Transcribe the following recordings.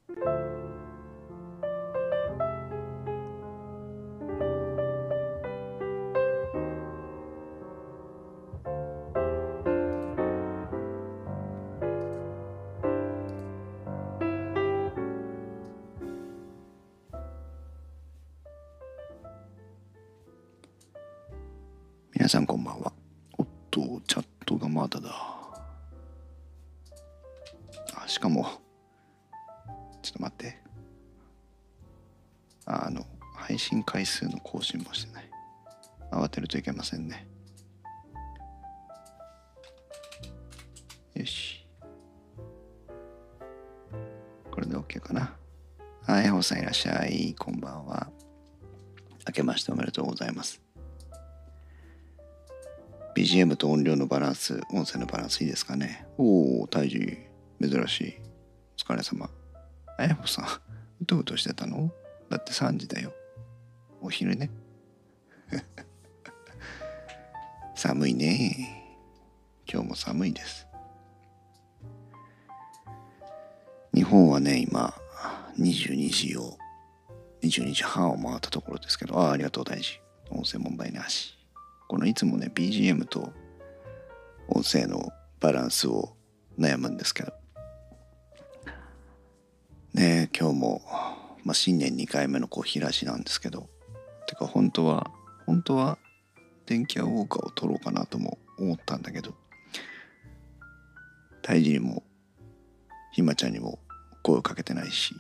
皆さんこんばんは。おっと、チャットがまだだ。しかも、ちょっと待って。配信回数の更新もしてない。慌てるといけませんね。よし。これで OK かな。はい、ほうさんいらっしゃい。こんばんは。明けましておめでとうございます。BGM と音量のバランス、音声のバランスいいですかね。おー、大事。珍しい。お疲れ様。あやほさん、うとうとしてたの？だって3時だよ。お昼ね。寒いね。今日も寒いです。日本はね、今、22時半を回ったところですけど、ありがとう、大事。音声問題なし。このいつもね、BGM と音声のバランスを悩むんですけど。ね、今日も、新年2回目の日らしなんですけど、てか本当は電気屋ウォーカーを撮ろうかなとも思ったんだけど、大事にもひまちゃんにも声をかけてないし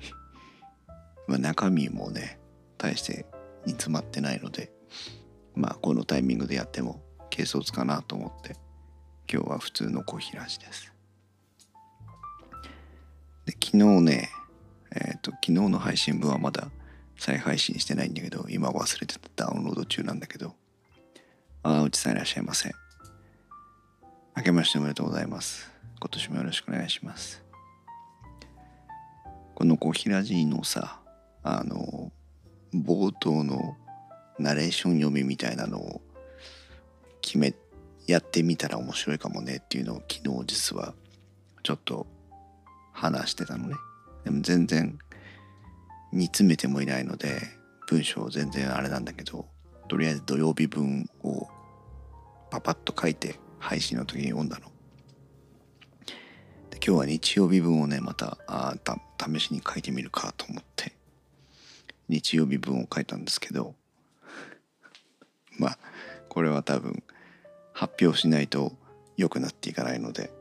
中身もね大して煮詰まってないので、このタイミングでやっても軽率かなと思って、今日は普通のコーヒーラジです。で昨日ね昨日の配信分はまだ再配信してないんだけど、今忘れてたダウンロード中なんだけど、うちさんいらっしゃいませ。明けましておめでとうございます。今年もよろしくお願いします。このコーヒーラジのさ、冒頭のナレーション読みみたいなのをやってみたら面白いかもねっていうのを昨日実はちょっと話してたのね。でも全然煮詰めてもいないので文章全然あれなんだけど、とりあえず土曜日分をパパッと書いて配信の時に読んだの。で今日は日曜日分をねまた試しに書いてみるかと思って日曜日分を書いたんですけど、これは多分発表しないと良くなっていかないので、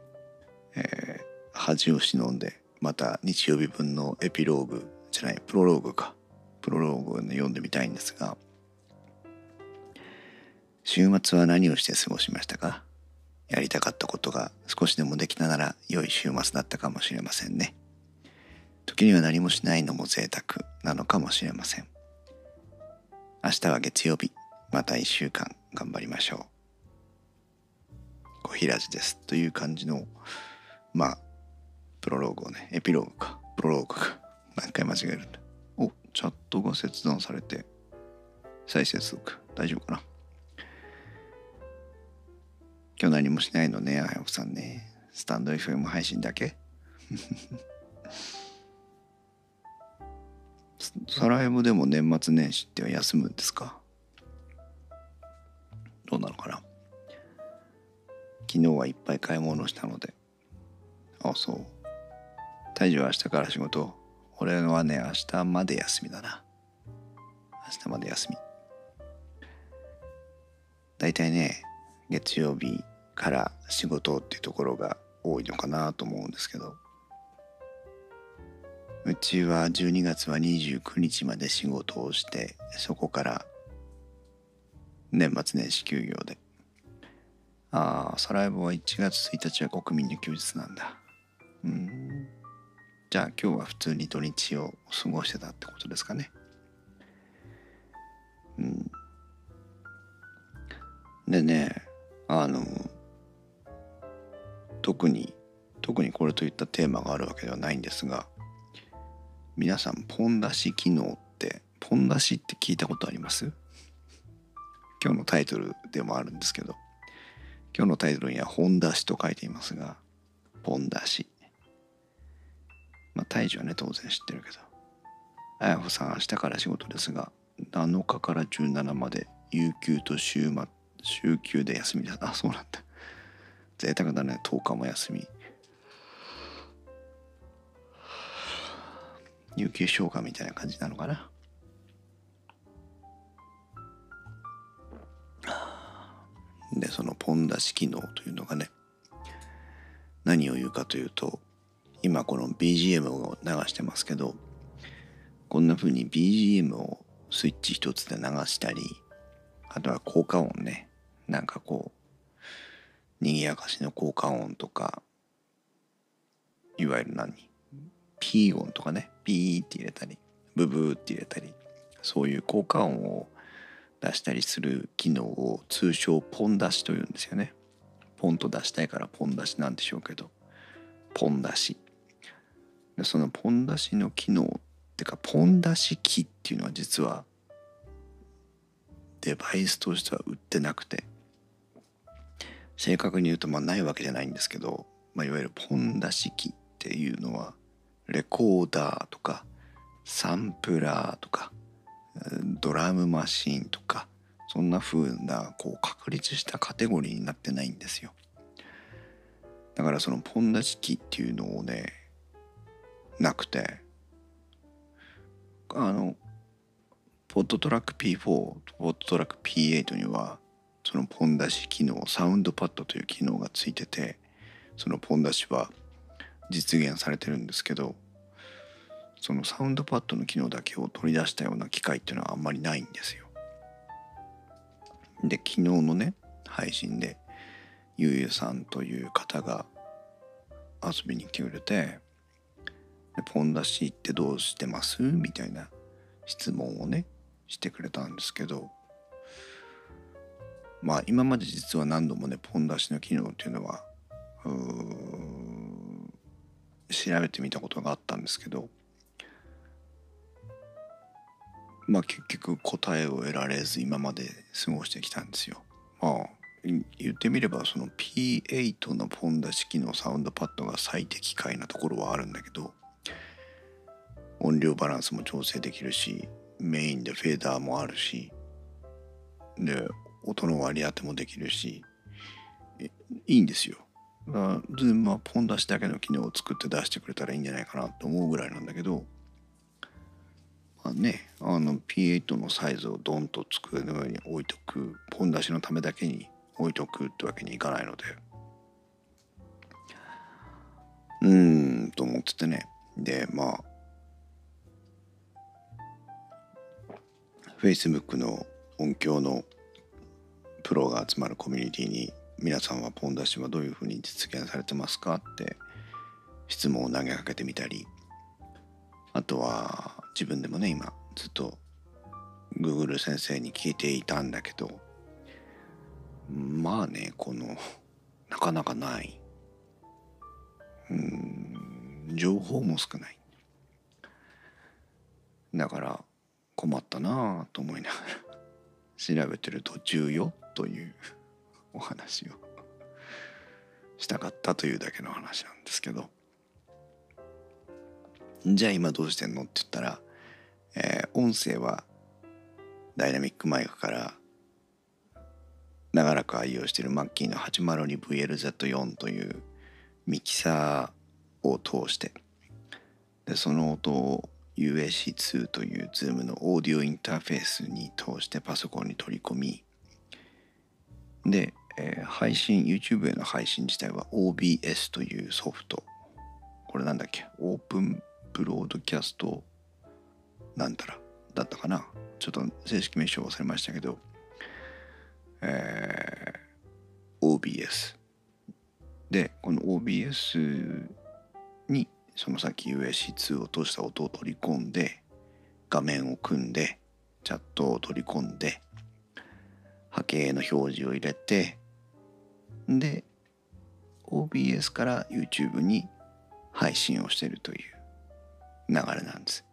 恥を忍んでまた日曜日分のプロローグを、読んでみたいんですが、週末は何をして過ごしましたか？やりたかったことが少しでもできたなら良い週末だったかもしれませんね。時には何もしないのも贅沢なのかもしれません。明日は月曜日、また1週間頑張りましょう。コヒラジですという感じのプロローグをね、プロローグか何回間違えるんだ。チャットが切断されて再接続大丈夫かな。今日何もしないのね、あやこさんね。スタンド FM 配信だけサラエボでも年末年始っては休むんですか？どうなのかな。昨日はいっぱい買い物したので。そう。大樹は明日から仕事。俺はね、明日まで休みだな。明日まで休み。だいたいね、月曜日から仕事っていうところが多いのかなと思うんですけど、うちは12月は29日まで仕事をして、そこから年末年始休業で。サラエボは1月1日は国民の休日なんだ。じゃあ今日は普通に土日を過ごしてたってことですかね。でね、特にこれといったテーマがあるわけではないんですが、皆さんポン出し機能ってポン出しって聞いたことあります？今日のタイトルでもあるんですけど、今日のタイトルには本出しと書いていますが、ポン出しまあ大樹はね当然知ってるけど、あやほさん明日から仕事ですが7日から17まで有給と週休で休みだ。あ、そうなんだ。贅沢だね。10日も休み。有給消化みたいな感じなのかな。でそのポン出し機能というのがね、何を言うかというと、今この BGM を流してますけど、こんな風に BGM をスイッチ一つで流したり、あとは効果音ね、なんかこう賑やかしの効果音とか、いわゆるピー音とかね、ピーって入れたりブブーって入れたり、そういう効果音を出したりする機能を通称ポン出しというんですよね。ポンと出したいからポン出しなんでしょうけど、ポン出しで、そのポン出しの機能ってかポン出し機っていうのは実はデバイスとしては売ってなくて、正確に言うとないわけじゃないんですけど、いわゆるポン出し機っていうのはレコーダーとかサンプラーとかドラムマシーンとか、そんな風なこう確立したカテゴリーになってないんですよ。だからそのポン出し機っていうのをねなくて、ポッドトラック P4 ポッドトラック P8 にはそのポン出し機能、サウンドパッドという機能がついてて、そのポン出しは実現されてるんですけど、そのサウンドパッドの機能だけを取り出したような機械っていうのはあんまりないんですよ。で昨日のね配信でゆうゆさんという方が遊びに来てくれて、ポン出しってどうしてますみたいな質問をねしてくれたんですけど、今まで実は何度もねポン出しの機能っていうのは調べてみたことがあったんですけど、結局答えを得られず今まで過ごしてきたんですよ。言ってみればその P8 のポン出し機能サウンドパッドが最適解なところはあるんだけど、音量バランスも調整できるし、メインでフェーダーもあるし、で音の割り当てもできるし、いいんですよ。ズームはポン出しだけの機能を作って出してくれたらいいんじゃないかなと思うぐらいなんだけど、P8 のサイズをドンと机の上に置いとく、ポン出しのためだけに置いとくってわけにいかないので、と思っててね。でFacebook の音響のプロが集まるコミュニティに、皆さんはポン出しはどういうふうに実現されてますかって質問を投げかけてみたり、あとは自分でもね今ずっと Google 先生に聞いていたんだけど、このなかなかない、情報も少ない、だから困ったなぁと思いながら調べてる途中よというお話をしたかったというだけの話なんですけど、じゃあ今どうしてんのって言ったら、音声はダイナミックマイクから長らく愛用しているマッキーの 802VLZ4 というミキサーを通して、でその音を UAC2 という Zoom のオーディオインターフェースに通してパソコンに取り込み、で、配信 YouTube への配信自体は OBS というソフト、これなんだっけ、オープンブロードキャストなんたらだったかな、ちょっと正式名称忘れましたけど、OBS で、この OBS にそのさっき UAC2 を通した音を取り込んで、画面を組んでチャットを取り込んで波形の表示を入れて、で OBS から YouTube に配信をしているという流れなんです。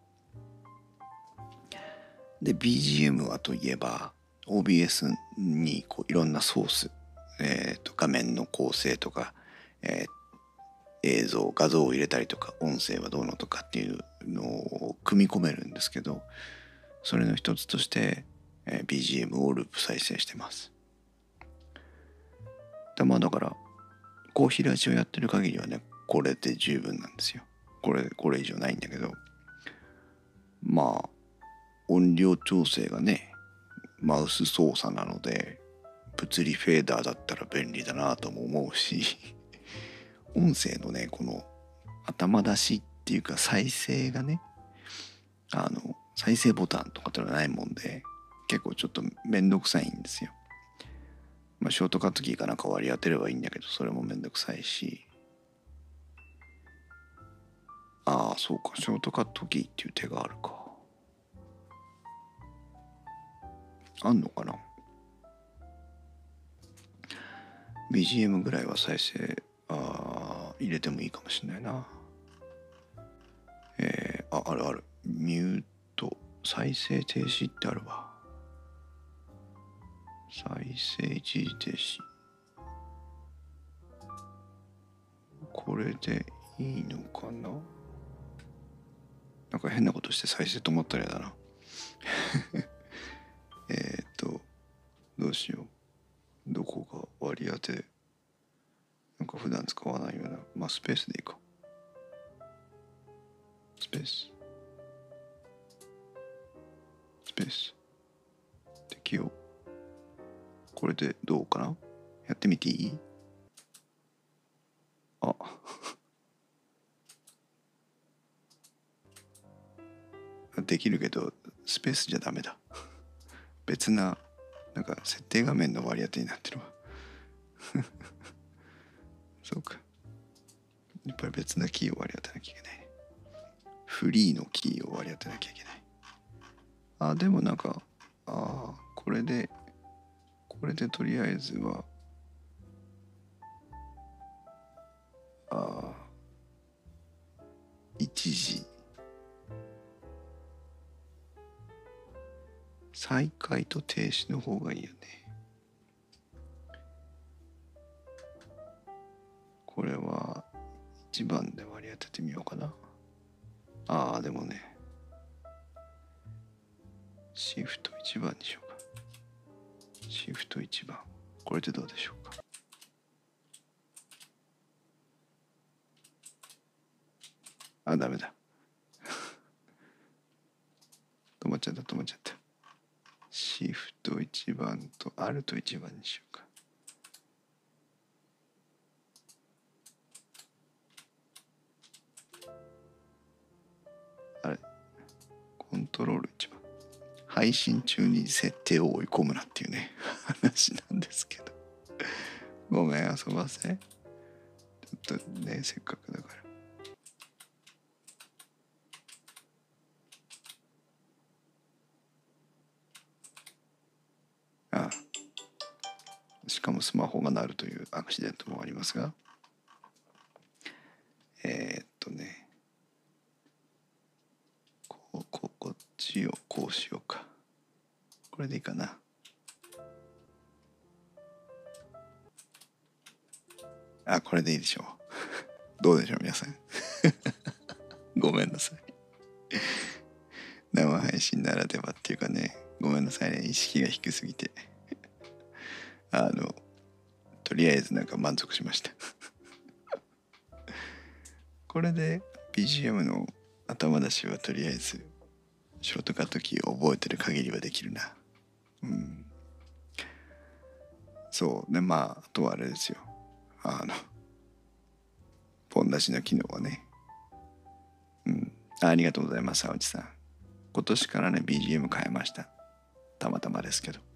で BGM はといえば OBS にいろんなソース、画面の構成とか、映画像を入れたりとか音声はどうのとかっていうのを組み込めるんですけど、それの一つとして、BGM をループ再生してます。まあだからコーヒーラジオやってる限りはね、これで十分なんですよ。これ以上ないんだけど、まあ音量調整がねマウス操作なので、物理フェーダーだったら便利だなとも思うし音声のねこの頭出しっていうか再生がね、再生ボタンとかってのはないもんで、結構ちょっとめんどくさいんですよ。まあショートカットキーかなんか割り当てればいいんだけど、それもめんどくさいし、そうか、ショートカットキーっていう手があるか。あんのかな。 BGM ぐらいは再生入れてもいいかもしれないな。あるある、ミュート再生停止ってあるわ。再生一時停止、これでいいのかな。なんか変なことして再生止まったらやだなどうしよう。どこが割り当て、なんか普段使わないような、まあスペースでいいか。スペース適用。これでどうかな。やってみていい？できるけどスペースじゃダメだ別ななんか設定画面の割り当てになってるわそうか、やっぱり別なキーを割り当てなきゃいけない。フリーのキーを割り当てなきゃいけない。でもなんかこれでとりあえずは一時再開と停止の方がいいよね。これは1番で割り当ててみようかな。でもね、シフト1番にしようか。シフト1番、これでどうでしょうか。ダメだ止まっちゃったシフト1番とアルト1番にしようか。コントロール1番。配信中に設定を追い込むなっていうね話なんですけどごめん遊ばせ。ちょっとね、せっかくだから。しかもスマホが鳴るというアクシデントもありますが、こっちをこうしようか。これでいいかな。これでいいでしょうどうでしょう皆さんごめんなさい生配信ならではっていうかね、ごめんなさいね、意識が低すぎてとりあえずなんか満足しましたこれで BGM の頭出しはとりあえずショートカットキーを覚えてる限りはできるな。そうで、あとはあれですよ、ポン出しの機能はね、ありがとうございます青地さん。今年からね BGM 変えました。たまたまですけど、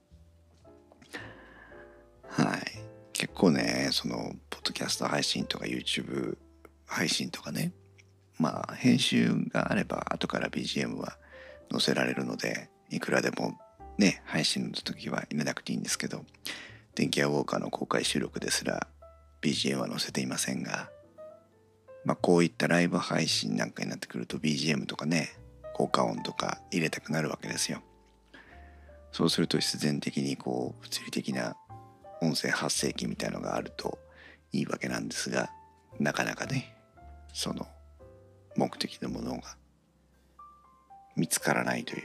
結構ね、そのポッドキャスト配信とか YouTube 配信とかね、編集があれば後から BGM は載せられるので、いくらでもね配信の時は入れなくていいんですけど、電気屋ウォーカーの公開収録ですら BGM は載せていませんが、こういったライブ配信なんかになってくると BGM とかね、効果音とか入れたくなるわけですよ。そうすると必然的に物理的な音声発生器みたいのがあるといいわけなんですが、 なかなかねその目的のものが見つからないという、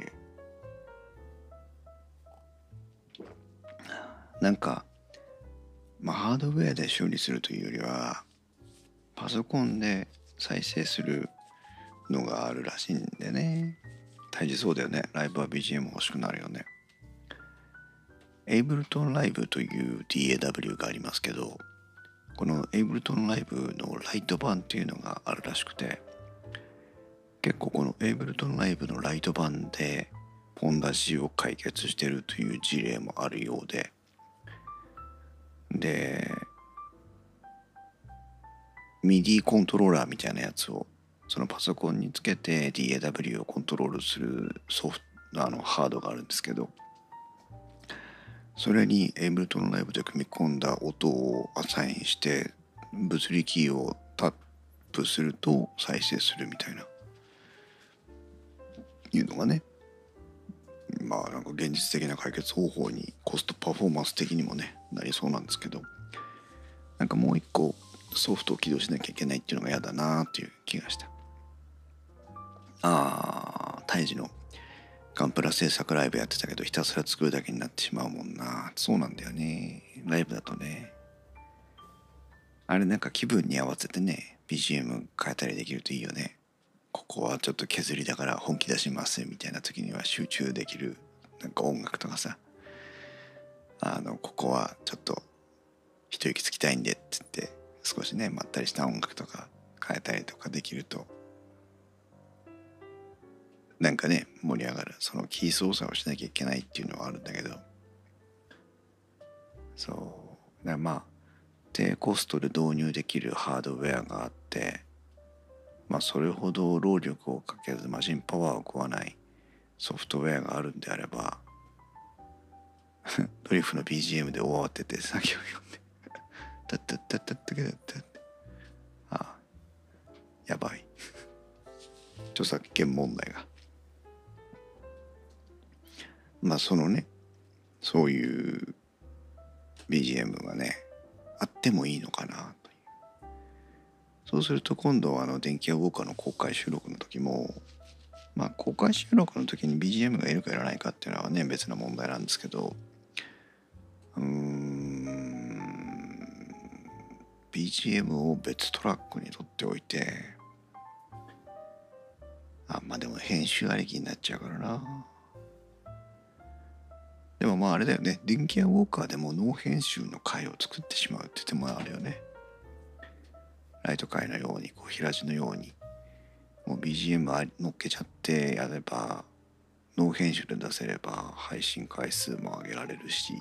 なんかハードウェアで処理するというよりはパソコンで再生するのがあるらしいんでね。大事そうだよね。ライブは BGM 欲しくなるよね。エイブルトンライブという DAW がありますけど、このエイブルトンライブのライト版っていうのがあるらしくて、結構このエイブルトンライブのライト版でポン出しを解決してるという事例もあるようで、MIDI コントローラーみたいなやつをそのパソコンにつけて DAW をコントロールするハードがあるんですけど、それにエイブルトンライブで組み込んだ音をアサインして物理キーをタップすると再生するみたいないうのがね、なんか現実的な解決方法にコストパフォーマンス的にもねなりそうなんですけど、なんかもう一個ソフトを起動しなきゃいけないっていうのが嫌だなっていう気がした。胎児のガンプラ制作ライブやってたけどひたすら作るだけになってしまうもんな。そうなんだよね。ライブだとね、あれなんか気分に合わせてね BGM 変えたりできるといいよね。ここはちょっと削りだから本気出しますみたいな時には集中できるなんか音楽とかさ、ここはちょっと一息つきたいんでって言って少しねまったりした音楽とか変えたりとかできるとなんかね盛り上がる。そのキー操作をしなきゃいけないっていうのはあるんだけど、そうだから低コストで導入できるハードウェアがあって、それほど労力をかけずマシンパワーを食わないソフトウェアがあるんであればドリフの BGM で終わってて作業読んでタッタッタッタッタッタッタやばい著作権問題がそのねそういう BGM がねあってもいいのかなという。そうすると今度は電気屋ウォーカーの公開収録の時も公開収録の時に BGM がいるかいらないかっていうのはね別な問題なんですけど、BGM を別トラックに取っておいてでも編集ありきになっちゃうからな。でもあれだよね、電気屋ウォーカーでもノー編集の回を作ってしまうって手もあるよね。ライト回のように平地のようにもう BGM 乗っけちゃってやればノー編集で出せれば配信回数も上げられるし、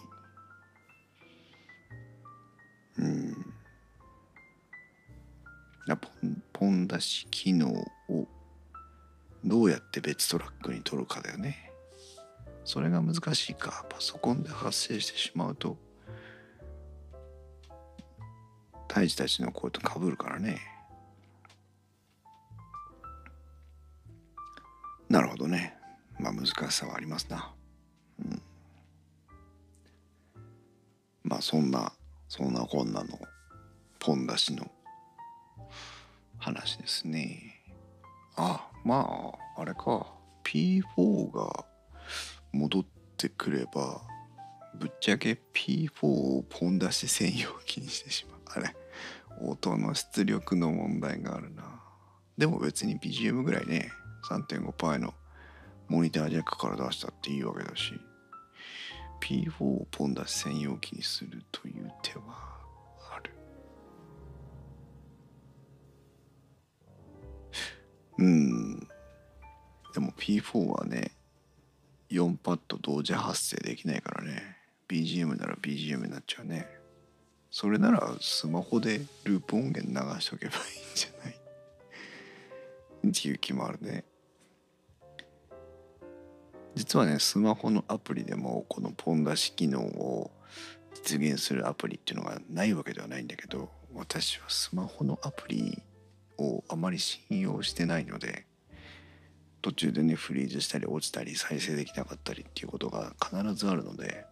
ポン出し機能をどうやって別トラックに取るかだよね。それが難しいか。パソコンで発生してしまうと胎児たちの声と被るからね。なるほどね。難しさはありますな。そんなこんなのポン出しの話ですね。あれか P4 が戻ってくればぶっちゃけ P4 をポン出し専用機にしてしまう。あれ音の出力の問題があるな。でも別に BGM ぐらいね 3.5 のモニタージャックから出したっていいわけだし、 P4 をポン出し専用機にするという手はある。でも P4 はね4パッド同時発生できないからね。 BGM なら BGM になっちゃうね。それならスマホでループ音源流しとけばいいんじゃないっていう気もあるね。実はねスマホのアプリでもこのポン出し機能を実現するアプリっていうのがないわけではないんだけど、私はスマホのアプリをあまり信用してないので、途中でねフリーズしたり落ちたり再生できなかったりっていうことが必ずあるので、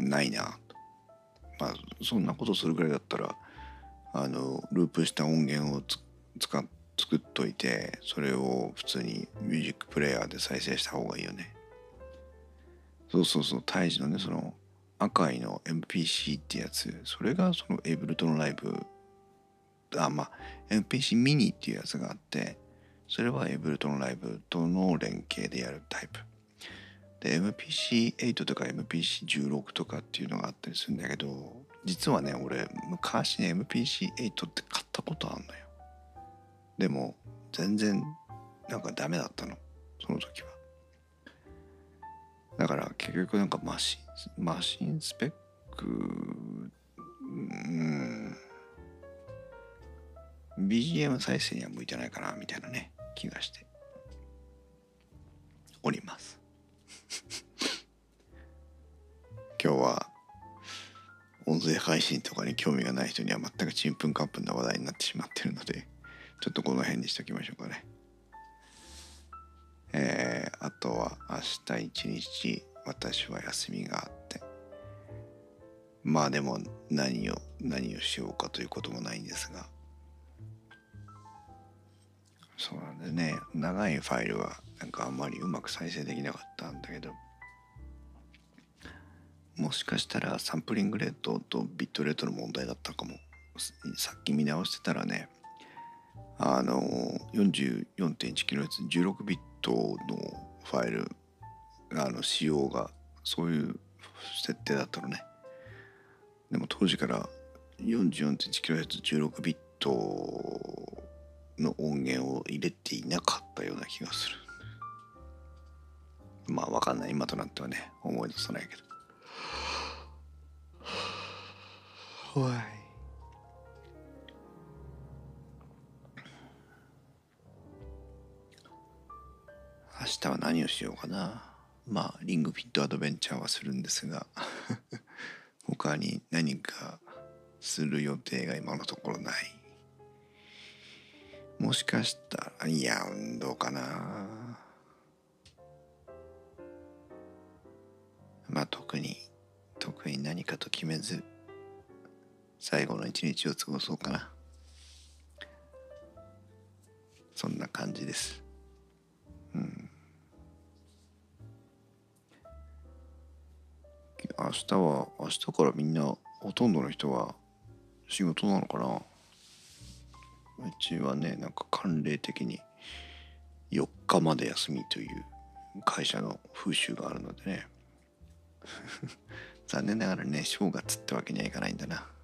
ないなと。まあそんなことするぐらいだったらループした音源を作っといて、それを普通にミュージックプレイヤーで再生した方がいいよね。そうそうそう、胎児のね、その赤いの MPC ってやつ、それがそのエイブルトのライブ、MPC ミニっていうやつがあって、それはエイブルトのライブとの連携でやるタイプで、 MPC8 とか MPC16 とかっていうのがあったりするんだけど、実はね、俺昔ね MPC8 って買ったことあるのよ。でも全然なんかダメだったの、その時は。だから結局なんかマシンスペック、BGM 再生には向いてないかなみたいなね気がしております今日は音声配信とかに興味がない人には全くちんぷんかんぷんな話題になってしまってるので、ちょっとこの辺にしておきましょうかね。あとは明日一日私は休みがあって、まあでも何をしようかということもないんですが、そうなんでね、長いファイルはなんかあんまりうまく再生できなかったんだけど、もしかしたらサンプリングレートとビットレートの問題だったかも。さっき見直してたらね、44.1kHz 16ビットのファイル仕様がそういう設定だったのね。でも当時から 44.1kHz 16ビットの音源を入れていなかったような気がする。まあわかんない、今となってはね思い出さないけど。はい。明日は何をしようかな。まあリングフィットアドベンチャーはするんですが他に何かする予定が今のところない。もしかしたら運動かな。まあ特に何かと決めず最後の一日を過ごそうかな。そんな感じです。明日からみんなほとんどの人は仕事なのかな。うちはねなんか慣例的に4日まで休みという会社の風習があるのでね残念ながらね正月ってわけにはいかないんだな。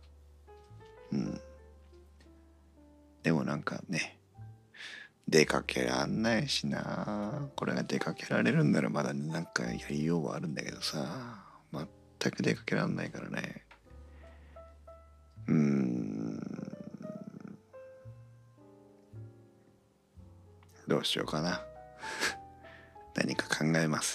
でもなんかね出かけらんないしな。これが出かけられるんならまだなんかやりようはあるんだけどさ、全く出かけらんないからね。どうしようかな何か考えます。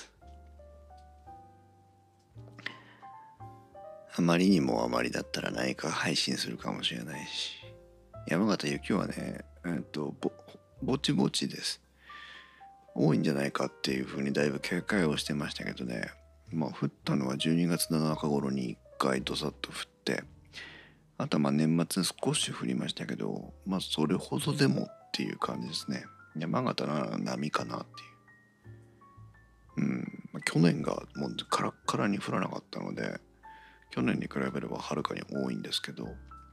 あまりにもあまりだったら何か配信するかもしれないし。山形雪はねぼちぼちです。多いんじゃないかっていうふうにだいぶ警戒をしてましたけどね、降ったのは12月7日頃に1回ドサッと降って、あとは年末少し降りましたけど、それほどでもっていう感じですね。山形の波かなっていう。去年がもうカラッカラに降らなかったので、去年に比べればはるかに多いんですけど、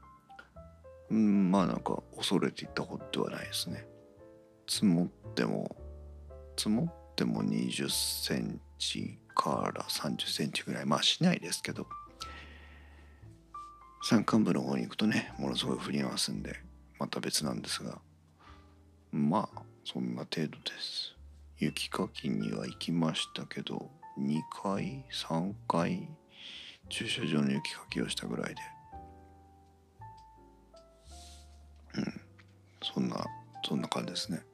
なんか恐れていったほどではないですね。積もっても20センチから30センチぐらい、しないですけど、山間部の方に行くとねものすごい降りますんでまた別なんですが、そんな程度です。雪かきには行きましたけど2回3回駐車場の雪かきをしたぐらいで、そんな感じですね。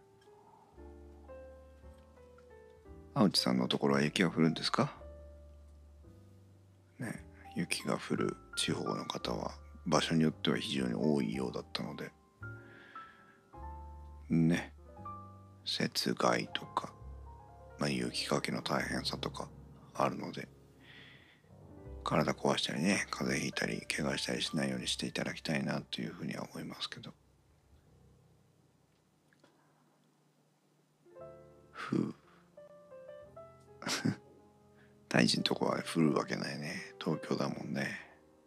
青内さんのところは雪が降るんですかね。雪が降る地方の方は場所によっては非常に多いようだったのでね、雪害とか、雪かきの大変さとかあるので、 体壊したりね、風邪ひいたり怪我したりしないようにしていただきたいなというふうには思いますけど。ふう大臣のとこは降るわけないね。東京だもんね。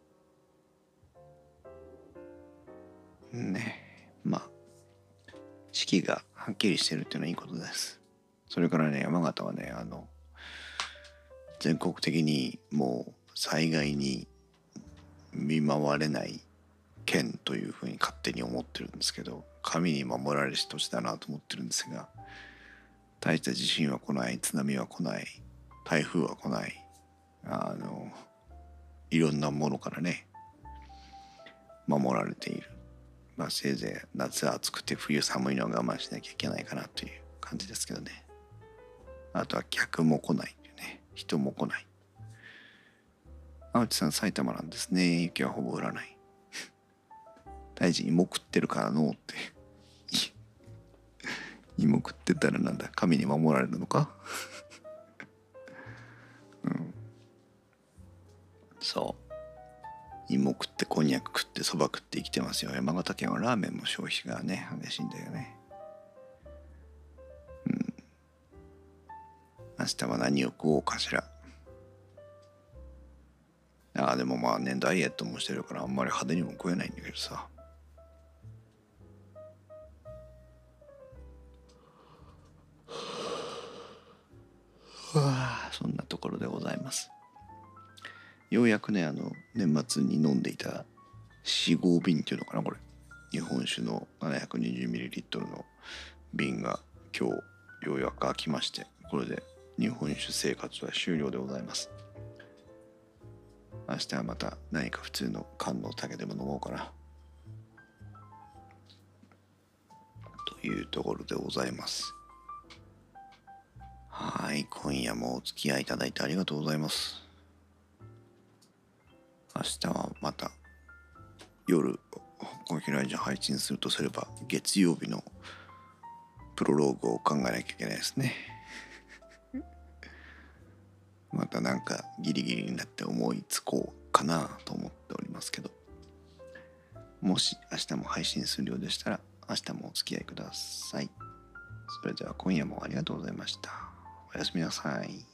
まあ四季がはっきりしてるっていうのはいいことです。それからね、山形はね、全国的にもう災害に見舞われない県というふうに勝手に思ってるんですけど、神に守られし土地だなと思ってるんですが、大した地震は来ない、津波は来ない、台風は来ない、いろんなものからね守られている。せいぜい夏暑くて冬寒いのは我慢しなきゃいけないかなという感じですけどね。あとは客も来ないっていうね、人も来ない。青地さん埼玉なんですね。雪はほぼ降らない。大臣芋食ってるからのって芋食ってたらなんだ、神に守られるのかそう芋食ってこんにゃく食ってそば食って生きてますよ。山形県はラーメンも消費がね激しいんだよね。明日は何を食おうかしら。でもまあね、ダイエットもしてるからあんまり派手にも食えないんだけどさ。そんなところでございます。ようやくね、年末に飲んでいた4、5瓶っていうのかな、これ。日本酒の 720ml の瓶が今日ようやく開きまして、これで日本酒生活は終了でございます。明日はまた何か普通の缶の酒でも飲もうかな。というところでございます。はい、今夜もお付き合いいただいてありがとうございます。明日はまた夜コーヒーライジン配信するとすれば月曜日のプロローグを考えなきゃいけないですね。またなんかギリギリになって思いつこうかなと思っておりますけど、もし明日も配信するようでしたら明日もお付き合いください。それでは今夜もありがとうございました。おやすみなさい。